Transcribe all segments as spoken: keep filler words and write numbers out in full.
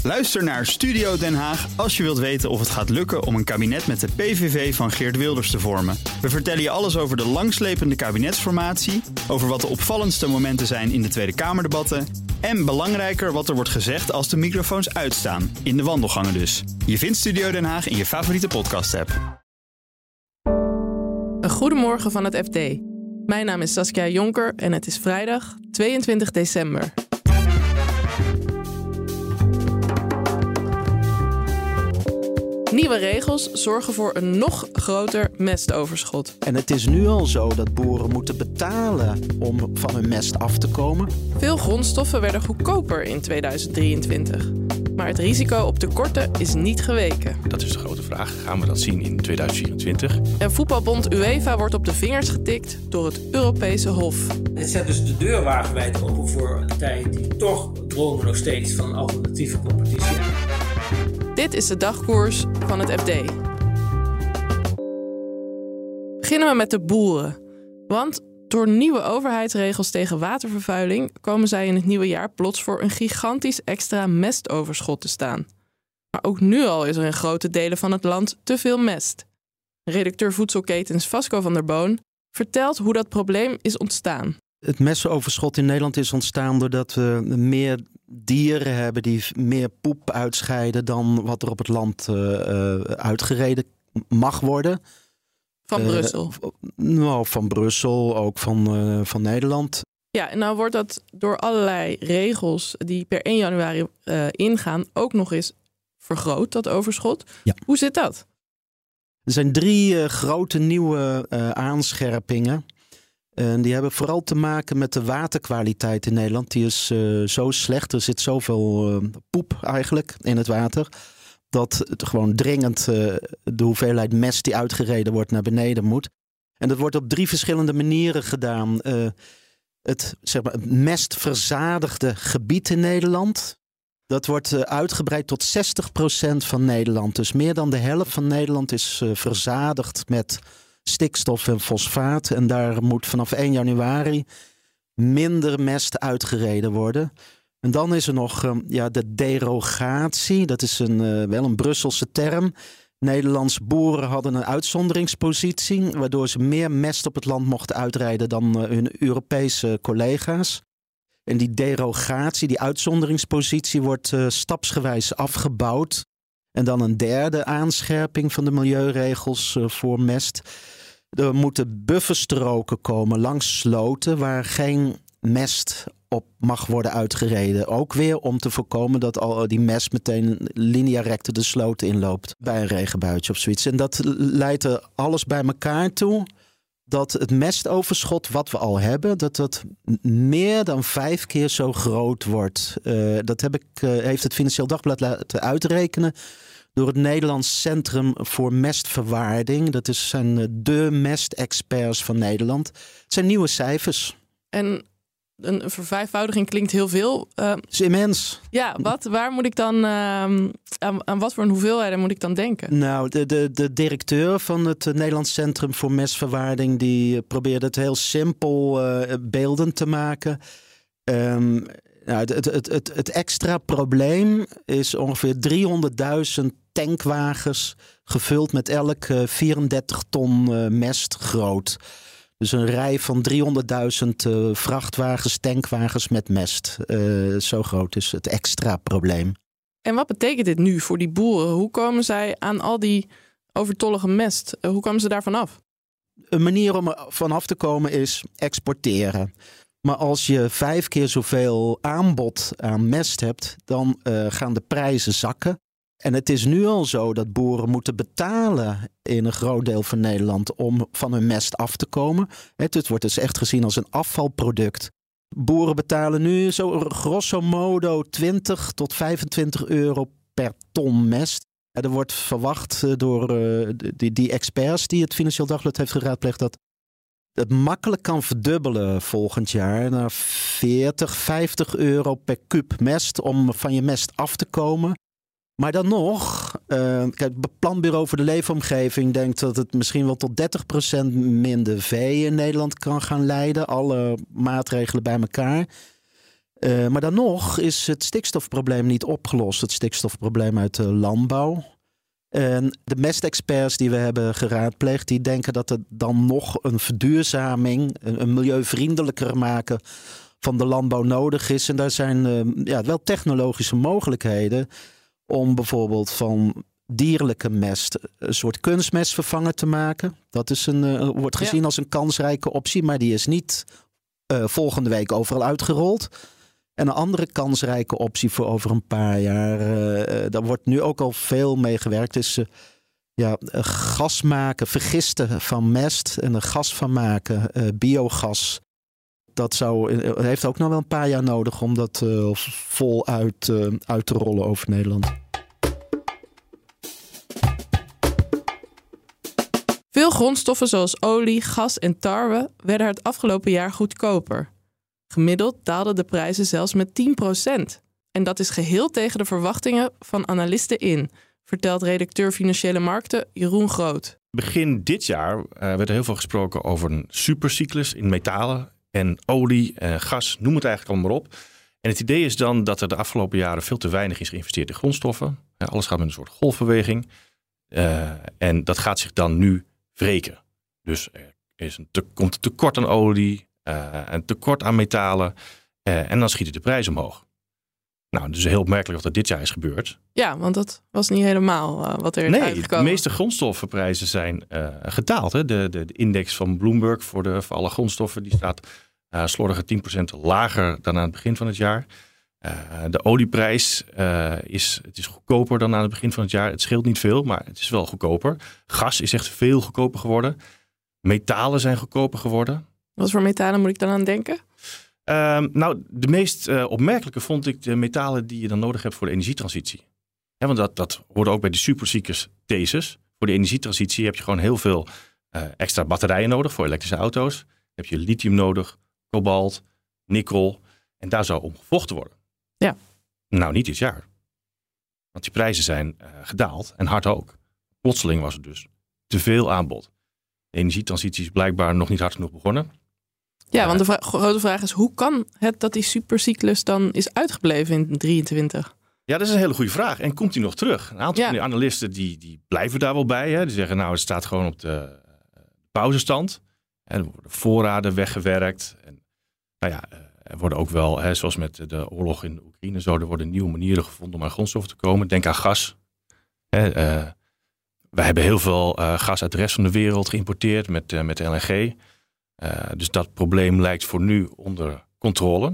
Luister naar Studio Den Haag als je wilt weten of het gaat lukken om een kabinet met de P V V van Geert Wilders te vormen. We vertellen je alles over de langslepende kabinetsformatie, over wat de opvallendste momenten zijn in de Tweede Kamerdebatten en belangrijker wat er wordt gezegd als de microfoons uitstaan, in de wandelgangen dus. Je vindt Studio Den Haag in je favoriete podcast-app. Een goedemorgen van het F D. Mijn naam is Saskia Jonker en het is vrijdag tweeëntwintig december. Nieuwe regels zorgen voor een nog groter mestoverschot. En het is nu al zo dat boeren moeten betalen om van hun mest af te komen. Veel grondstoffen werden goedkoper in tweeduizend drieëntwintig. Maar het risico op tekorten is niet geweken. Dat is de grote vraag. Gaan we dat zien in tweeduizend vierentwintig? En voetbalbond UEFA wordt op de vingers getikt door het Europese Hof. Het zet dus de deur wagenwijd open voor partijen die toch dromen nog steeds van een alternatieve competitie. Dit is de dagkoers van het F D. Beginnen we met de boeren. Want door nieuwe overheidsregels tegen watervervuiling komen zij in het nieuwe jaar plots voor een gigantisch extra mestoverschot te staan. Maar ook nu al is er in grote delen van het land te veel mest. Redacteur voedselketens Vasco van der Boon vertelt hoe dat probleem is ontstaan. Het mestoverschot in Nederland is ontstaan doordat we meer dieren hebben die meer poep uitscheiden dan wat er op het land uh, uh, uitgereden mag worden. Van Brussel? Uh, nou, van Brussel, ook van, uh, van Nederland. Ja, en nou wordt dat door allerlei regels die per één januari uh, ingaan ook nog eens vergroot, dat overschot. Ja. Hoe zit dat? Er zijn drie uh, grote nieuwe uh, aanscherpingen. En die hebben vooral te maken met de waterkwaliteit in Nederland. Die is uh, zo slecht, er zit zoveel uh, poep eigenlijk in het water, dat het gewoon dringend uh, de hoeveelheid mest die uitgereden wordt naar beneden moet. En dat wordt op drie verschillende manieren gedaan. Uh, het, zeg maar, het mestverzadigde gebied in Nederland, dat wordt uh, uitgebreid tot zestig procent van Nederland. Dus meer dan de helft van Nederland is uh, verzadigd met stikstof en fosfaat. En daar moet vanaf één januari minder mest uitgereden worden. En dan is er nog uh, ja, de derogatie. Dat is een, uh, wel een Brusselse term. Nederlandse boeren hadden een uitzonderingspositie, waardoor ze meer mest op het land mochten uitrijden dan uh, hun Europese collega's. En die derogatie, die uitzonderingspositie, wordt uh, stapsgewijs afgebouwd. En dan een derde aanscherping van de milieuregels uh, voor mest. Er moeten bufferstroken komen langs sloten waar geen mest op mag worden uitgereden. Ook weer om te voorkomen dat al die mest meteen linea recte de sloot inloopt bij een regenbuitje of zoiets. En dat leidt er alles bij elkaar toe dat het mestoverschot wat we al hebben, dat dat meer dan vijf keer zo groot wordt. Uh, dat heb ik, uh, heeft het Financieel Dagblad laten uitrekenen door het Nederlands Centrum voor Mestverwaarding. Dat is, zijn de mestexperts van Nederland. Het zijn nieuwe cijfers. En een vervijfvoudiging klinkt heel veel. Uh, Het is immens. Ja, wat? Waar moet ik dan uh, aan, aan wat voor een hoeveelheden moet ik dan denken? Nou, de, de, de directeur van het Nederlands Centrum voor Mestverwaarding die probeerde het heel simpel uh, beeldend te maken. Um, nou, het, het, het, het extra probleem is ongeveer driehonderdduizend tankwagens gevuld met elk uh, vierendertig ton uh, mest groot. Dus een rij van driehonderdduizend uh, vrachtwagens, tankwagens met mest. Uh, zo groot is het extra probleem. En wat betekent dit nu voor die boeren? Hoe komen zij aan al die overtollige mest? Hoe komen ze daarvan af? Een manier om er vanaf te komen is exporteren. Maar als je vijf keer zoveel aanbod aan mest hebt, dan uh, gaan de prijzen zakken. En het is nu al zo dat boeren moeten betalen in een groot deel van Nederland om van hun mest af te komen. Het wordt dus echt gezien als een afvalproduct. Boeren betalen nu zo grosso modo twintig tot vijfentwintig euro per ton mest. Er wordt verwacht door uh, die, die experts die het Financieel Dagblad heeft geraadpleegd dat het makkelijk kan verdubbelen volgend jaar naar veertig, vijftig euro per kuub mest om van je mest af te komen. Maar dan nog, uh, kijk, het Planbureau voor de Leefomgeving denkt dat het misschien wel tot dertig procent minder vee in Nederland kan gaan leiden. Alle maatregelen bij elkaar. Uh, maar dan nog is het stikstofprobleem niet opgelost. Het stikstofprobleem uit de landbouw. En de mestexperts die we hebben geraadpleegd, die denken dat er dan nog een verduurzaming, een, een milieuvriendelijker maken van de landbouw nodig is. En daar zijn uh, ja, wel technologische mogelijkheden om bijvoorbeeld van dierlijke mest een soort kunstmestvervanger te maken. Dat is een, uh, wordt gezien ja. als een kansrijke optie, maar die is niet uh, volgende week overal uitgerold. En een andere kansrijke optie voor over een paar jaar, uh, daar wordt nu ook al veel mee gewerkt, is uh, ja, gas maken, vergisten van mest en er gas van maken, uh, biogas. Dat zou, uh, heeft ook nog wel een paar jaar nodig om dat uh, voluit uh, uit te rollen over Nederland. Veel grondstoffen zoals olie, gas en tarwe werden het afgelopen jaar goedkoper. Gemiddeld daalden de prijzen zelfs met tien procent. En dat is geheel tegen de verwachtingen van analisten in, vertelt redacteur Financiële Markten Jeroen Groot. Begin dit jaar uh, werd er heel veel gesproken over een supercyclus in metalen en olie en gas, noem het eigenlijk allemaal op. En het idee is dan dat er de afgelopen jaren veel te weinig is geïnvesteerd in grondstoffen. Uh, alles gaat met een soort golfbeweging. Uh, en dat gaat zich dan nu wreken. Dus er is een te- komt een tekort aan olie, Uh, een tekort aan metalen uh, en dan schieten de prijzen omhoog. Nou, dus heel opmerkelijk wat er dit jaar is gebeurd. Ja, want dat was niet helemaal uh, wat er is nee, uitgekomen. De meeste grondstoffenprijzen zijn uh, gedaald. Hè. De, de, de index van Bloomberg voor, de, voor alle grondstoffen die staat uh, slordige tien procent lager dan aan het begin van het jaar. Uh, de olieprijs uh, is, het is goedkoper dan aan het begin van het jaar. Het scheelt niet veel, maar het is wel goedkoper. Gas is echt veel goedkoper geworden. Metalen zijn goedkoper geworden. Wat voor metalen moet ik dan aan denken? Um, nou, de meest uh, opmerkelijke vond ik de metalen die je dan nodig hebt voor de energietransitie. Ja, want dat, dat hoorde ook bij de supercyclus thesis. Voor de energietransitie heb je gewoon heel veel uh, extra batterijen nodig voor elektrische auto's. Dan heb je lithium nodig, kobalt, nikkel. En daar zou om gevochten worden. Ja. Nou, niet dit jaar. Want die prijzen zijn uh, gedaald en hard ook. Plotseling was er dus te veel aanbod. De energietransitie is blijkbaar nog niet hard genoeg begonnen. Ja, want de vra- grote vraag is, hoe kan het dat die supercyclus dan is uitgebleven in drieëntwintig? Ja, dat is een hele goede vraag. En komt hij nog terug? Een aantal ja. van die analisten die, die blijven daar wel bij. Hè. Die zeggen, nou, het staat gewoon op de uh, pauzestand. En er worden voorraden weggewerkt. En, nou ja, uh, er worden ook wel, hè, zoals met de oorlog in de Oekraïne, zo, er worden nieuwe manieren gevonden om aan grondstoffen te komen. Denk aan gas. Hè, uh, wij hebben heel veel uh, gas uit de rest van de wereld geïmporteerd met, uh, met L N G. Uh, dus dat probleem lijkt voor nu onder controle.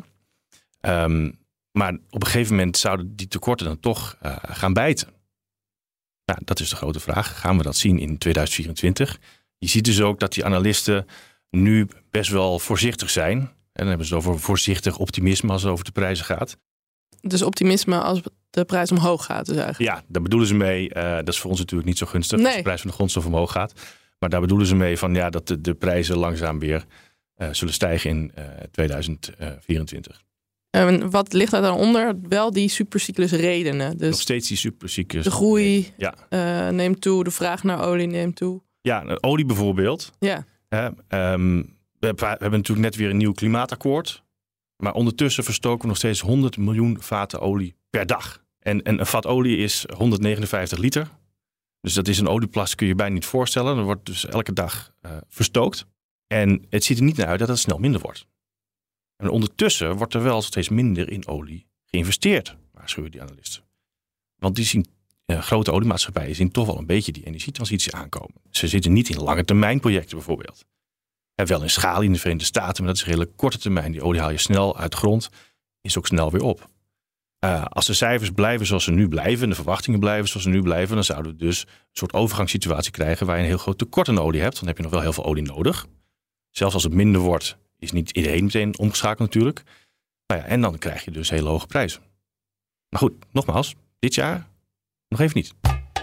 Um, maar op een gegeven moment zouden die tekorten dan toch uh, gaan bijten. Nou, dat is de grote vraag. Gaan we dat zien in tweeduizend vierentwintig? Je ziet dus ook dat die analisten nu best wel voorzichtig zijn. En dan hebben ze het over voorzichtig optimisme als het over de prijzen gaat. Dus optimisme als de prijs omhoog gaat dus eigenlijk? Ja, daar bedoelen ze mee. Uh, dat is voor ons natuurlijk niet zo gunstig nee. als de prijs van de grondstof omhoog gaat. Maar daar bedoelen ze mee van ja, dat de, de prijzen langzaam weer uh, zullen stijgen in uh, tweeduizend vierentwintig. En wat ligt daar dan onder? Wel die supercyclus redenen. Dus nog steeds die supercyclus. De groei ja. uh, neemt toe, de vraag naar olie neemt toe. Ja, olie bijvoorbeeld. Ja. Uh, um, we, we hebben natuurlijk net weer een nieuw klimaatakkoord. Maar ondertussen verstoken we nog steeds honderd miljoen vaten olie per dag. En, en een vat olie is honderdnegenenvijftig liter. Dus dat is een olieplas, kun je bijna niet voorstellen. Dat wordt dus elke dag uh, verstookt. En het ziet er niet naar uit dat het snel minder wordt. En ondertussen wordt er wel steeds minder in olie geïnvesteerd, waarschuwen die analisten. Want die zien, uh, grote oliemaatschappijen zien toch wel een beetje die energietransitie aankomen. Ze zitten niet in lange termijn projecten bijvoorbeeld. En wel in schaal in de Verenigde Staten, maar dat is een hele korte termijn. Die olie haal je snel uit de grond, is ook snel weer op. Uh, als de cijfers blijven zoals ze nu blijven en de verwachtingen blijven zoals ze nu blijven, dan zouden we dus een soort overgangssituatie krijgen waar je een heel groot tekort aan olie hebt. Dan heb je nog wel heel veel olie nodig. Zelfs als het minder wordt, is niet iedereen meteen omgeschakeld natuurlijk. Nou ja, en dan krijg je dus hele hoge prijzen. Maar goed, nogmaals, dit jaar nog even niet.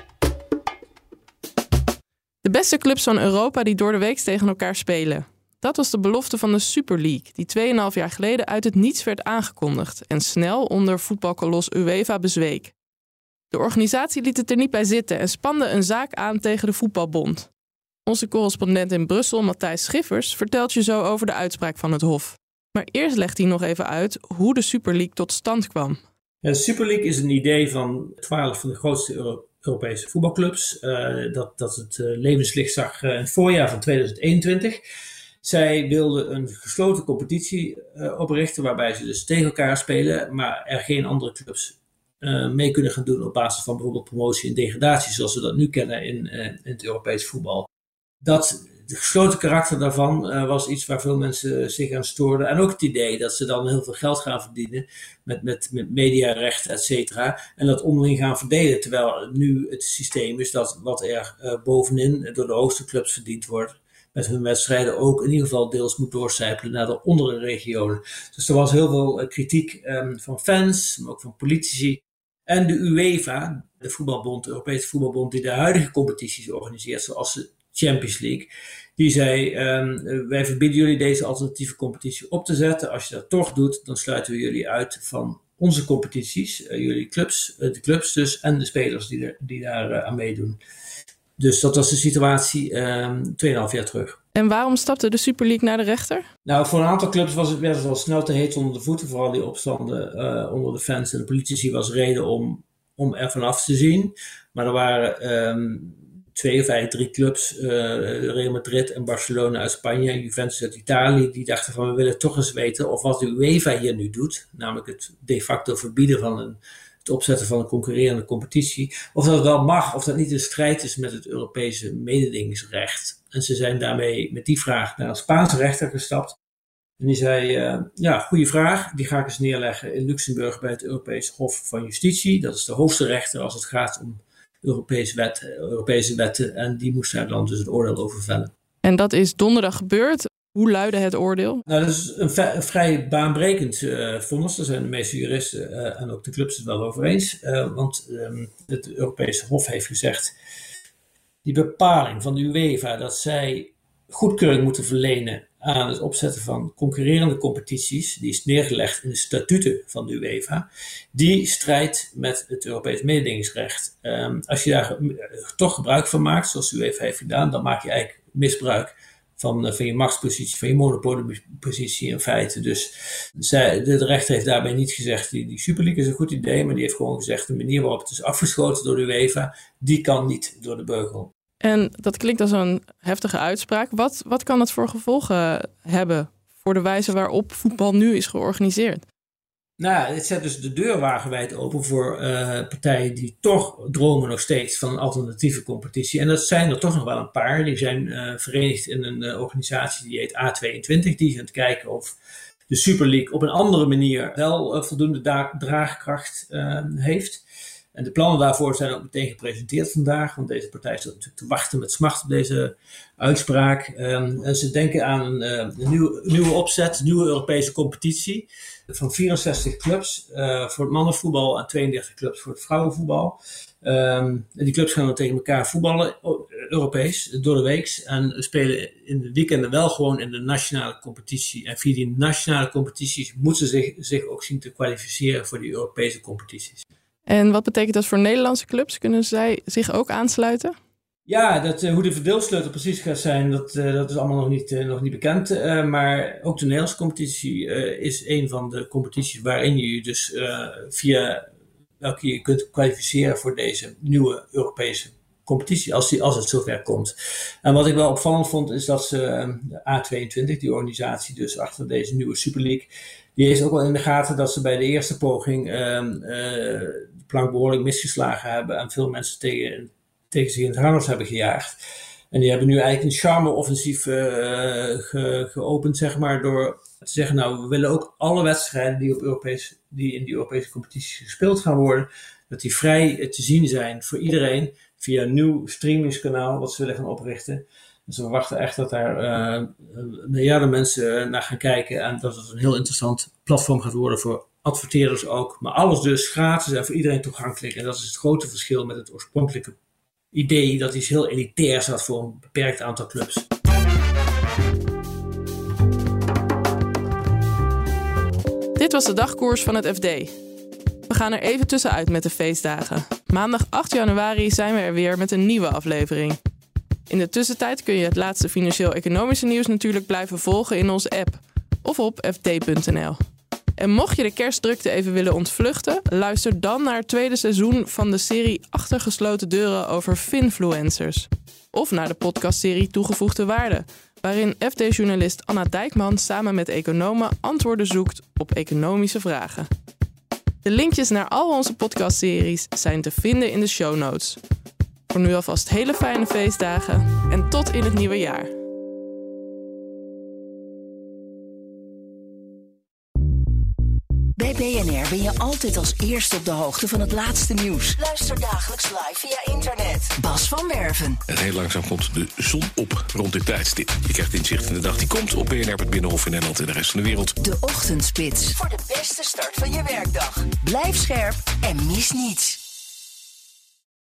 De beste clubs van Europa die door de week tegen elkaar spelen. Dat was de belofte van de Super League, die tweeënhalf jaar geleden uit het niets werd aangekondigd en snel onder voetbalkolos UEFA bezweek. De organisatie liet het er niet bij zitten en spande een zaak aan tegen de voetbalbond. Onze correspondent in Brussel, Matthijs Schiffers, vertelt je zo over de uitspraak van het Hof. Maar eerst legt hij nog even uit hoe de Super League tot stand kwam. Ja, de Super League is een idee van twaalf van de grootste Euro- Europese voetbalclubs. Uh, dat, dat het uh, levenslicht zag uh, in het voorjaar van tweeduizend eenentwintig. Zij wilden een gesloten competitie uh, oprichten waarbij ze dus tegen elkaar spelen, maar er geen andere clubs uh, mee kunnen gaan doen op basis van bijvoorbeeld promotie en degradatie, zoals we dat nu kennen in, uh, in het Europees voetbal. Dat Het gesloten karakter daarvan uh, was iets waar veel mensen zich aan stoorden. En ook het idee dat ze dan heel veel geld gaan verdienen met, met, met mediarecht, et cetera. En dat onderling gaan verdelen. Terwijl nu het systeem is dat wat er uh, bovenin door de hoogste clubs verdiend wordt met hun wedstrijden ook in ieder geval deels moet doorcijpelen naar de ondere regionen. Dus er was heel veel uh, kritiek um, van fans, maar ook van politici. En de UEFA, de voetbalbond, de Europese voetbalbond, die de huidige competities organiseert, zoals de Champions League, die zei, um, wij verbieden jullie deze alternatieve competitie op te zetten. Als je dat toch doet, dan sluiten we jullie uit van onze competities, uh, jullie clubs, uh, de clubs dus, en de spelers die, er, die daar uh, aan meedoen. Dus dat was de situatie um, tweeënhalf jaar terug. En waarom stapte de Super League naar de rechter? Nou, voor een aantal clubs was het, werd het al snel te heet onder de voeten. Vooral die opstanden uh, onder de fans en de politici was reden om, om er vanaf te zien. Maar er waren um, twee of eigenlijk drie clubs, uh, Real Madrid en Barcelona uit Spanje en Juventus uit Italië, die dachten van we willen toch eens weten of wat de UEFA hier nu doet, namelijk het de facto verbieden van een, het opzetten van een concurrerende competitie, of dat het wel mag, of dat niet in strijd is met het Europese mededingingsrecht. En ze zijn daarmee met die vraag naar een Spaanse rechter gestapt. En die zei, uh, ja, goede vraag, die ga ik eens neerleggen in Luxemburg bij het Europees Hof van Justitie. Dat is de hoogste rechter als het gaat om Europese, wet, Europese wetten. En die moest daar dan dus het oordeel over vellen. En dat is donderdag gebeurd. Hoe luidde het oordeel? Nou, dat is een, v- een vrij baanbrekend uh, vonnis. Daar zijn de meeste juristen uh, en ook de clubs het wel over eens. Uh, want um, het Europese Hof heeft gezegd, die bepaling van de UEFA dat zij goedkeuring moeten verlenen aan het opzetten van concurrerende competities, die is neergelegd in de statuten van de UEFA, die strijdt met het Europees mededingingsrecht. Um, als je daar uh, toch gebruik van maakt, zoals de UEFA heeft gedaan, dan maak je eigenlijk misbruik van, uh, van je machtspositie, van je monopoliepositie in feite. Dus zij, de, de rechter heeft daarbij niet gezegd, die, die Super League is een goed idee, maar die heeft gewoon gezegd, de manier waarop het is afgeschoten door de UEFA, die kan niet door de beugel. En dat klinkt als een heftige uitspraak. Wat, wat kan het voor gevolgen hebben voor de wijze waarop voetbal nu is georganiseerd? Nou, het zet dus de deur wagenwijd open voor uh, partijen die toch dromen nog steeds van een alternatieve competitie. En dat zijn er toch nog wel een paar. Die zijn uh, verenigd in een uh, organisatie die heet A tweeëntwintig. Die gaat kijken of de Super League op een andere manier wel uh, voldoende da- draagkracht uh, heeft. En de plannen daarvoor zijn ook meteen gepresenteerd vandaag, want deze partij staat natuurlijk te wachten met smacht op deze uitspraak. Um, en ze denken aan een, uh, een nieuwe, nieuwe opzet, een nieuwe Europese competitie van vierenzestig clubs uh, voor het mannenvoetbal en tweeëndertig clubs voor het vrouwenvoetbal. Um, en die clubs gaan dan tegen elkaar voetballen, Europees, door de weeks. En spelen in de weekenden wel gewoon in de nationale competitie. En via die nationale competities moeten ze zich, zich ook zien te kwalificeren voor die Europese competities. En wat betekent dat voor Nederlandse clubs? Kunnen zij zich ook aansluiten? Ja, dat, uh, hoe de verdeelsleutel precies gaat zijn, dat, uh, dat is allemaal nog niet, uh, nog niet bekend. Uh, maar ook de Nederlandse competitie uh, is een van de competities waarin je je dus uh, via welke je kunt kwalificeren voor deze nieuwe Europese competitie, als, die, als het zover komt. En wat ik wel opvallend vond, is dat ze, uh, de A tweeëntwintig, die organisatie dus achter deze nieuwe Super League, die heeft ook wel in de gaten dat ze bij de eerste poging uh, uh, de plank behoorlijk misgeslagen hebben en veel mensen tegen, tegen zich in het harnas hebben gejaagd. En die hebben nu eigenlijk een charme-offensief uh, ge, geopend, zeg maar, door te zeggen, nou, we willen ook alle wedstrijden die, op Europees, die in die Europese competities gespeeld gaan worden, dat die vrij te zien zijn voor iedereen via een nieuw streamingskanaal wat ze willen gaan oprichten. Dus we verwachten echt dat daar uh, miljarden mensen naar gaan kijken en dat het een heel interessant platform gaat worden voor adverteerders ook. Maar alles dus gratis en voor iedereen toegankelijk. En dat is het grote verschil met het oorspronkelijke idee dat iets heel elitair zat voor een beperkt aantal clubs. Dit was de dagkoers van het F D. We gaan er even tussenuit met de feestdagen. Maandag acht januari zijn we er weer met een nieuwe aflevering. In de tussentijd kun je het laatste financieel-economische nieuws natuurlijk blijven volgen in onze app. of op f t punt n l. En mocht je de kerstdrukte even willen ontvluchten, luister dan naar het tweede seizoen van de serie Achter gesloten deuren over finfluencers. Of naar de podcastserie Toegevoegde Waarde, waarin F D-journalist Anna Dijkman samen met economen antwoorden zoekt op economische vragen. De linkjes naar al onze podcastseries zijn te vinden in de show notes. Voor nu alvast hele fijne feestdagen en tot in het nieuwe jaar. Bij B N R ben je altijd als eerste op de hoogte van het laatste nieuws. Luister dagelijks live via internet. Bas van Werven. En heel langzaam komt de zon op rond dit tijdstip. Je krijgt inzicht in de dag die komt op B N R, het Binnenhof in Nederland en de rest van de wereld. De Ochtendspits. Voor de beste start van je werkdag. Blijf scherp en mis niets.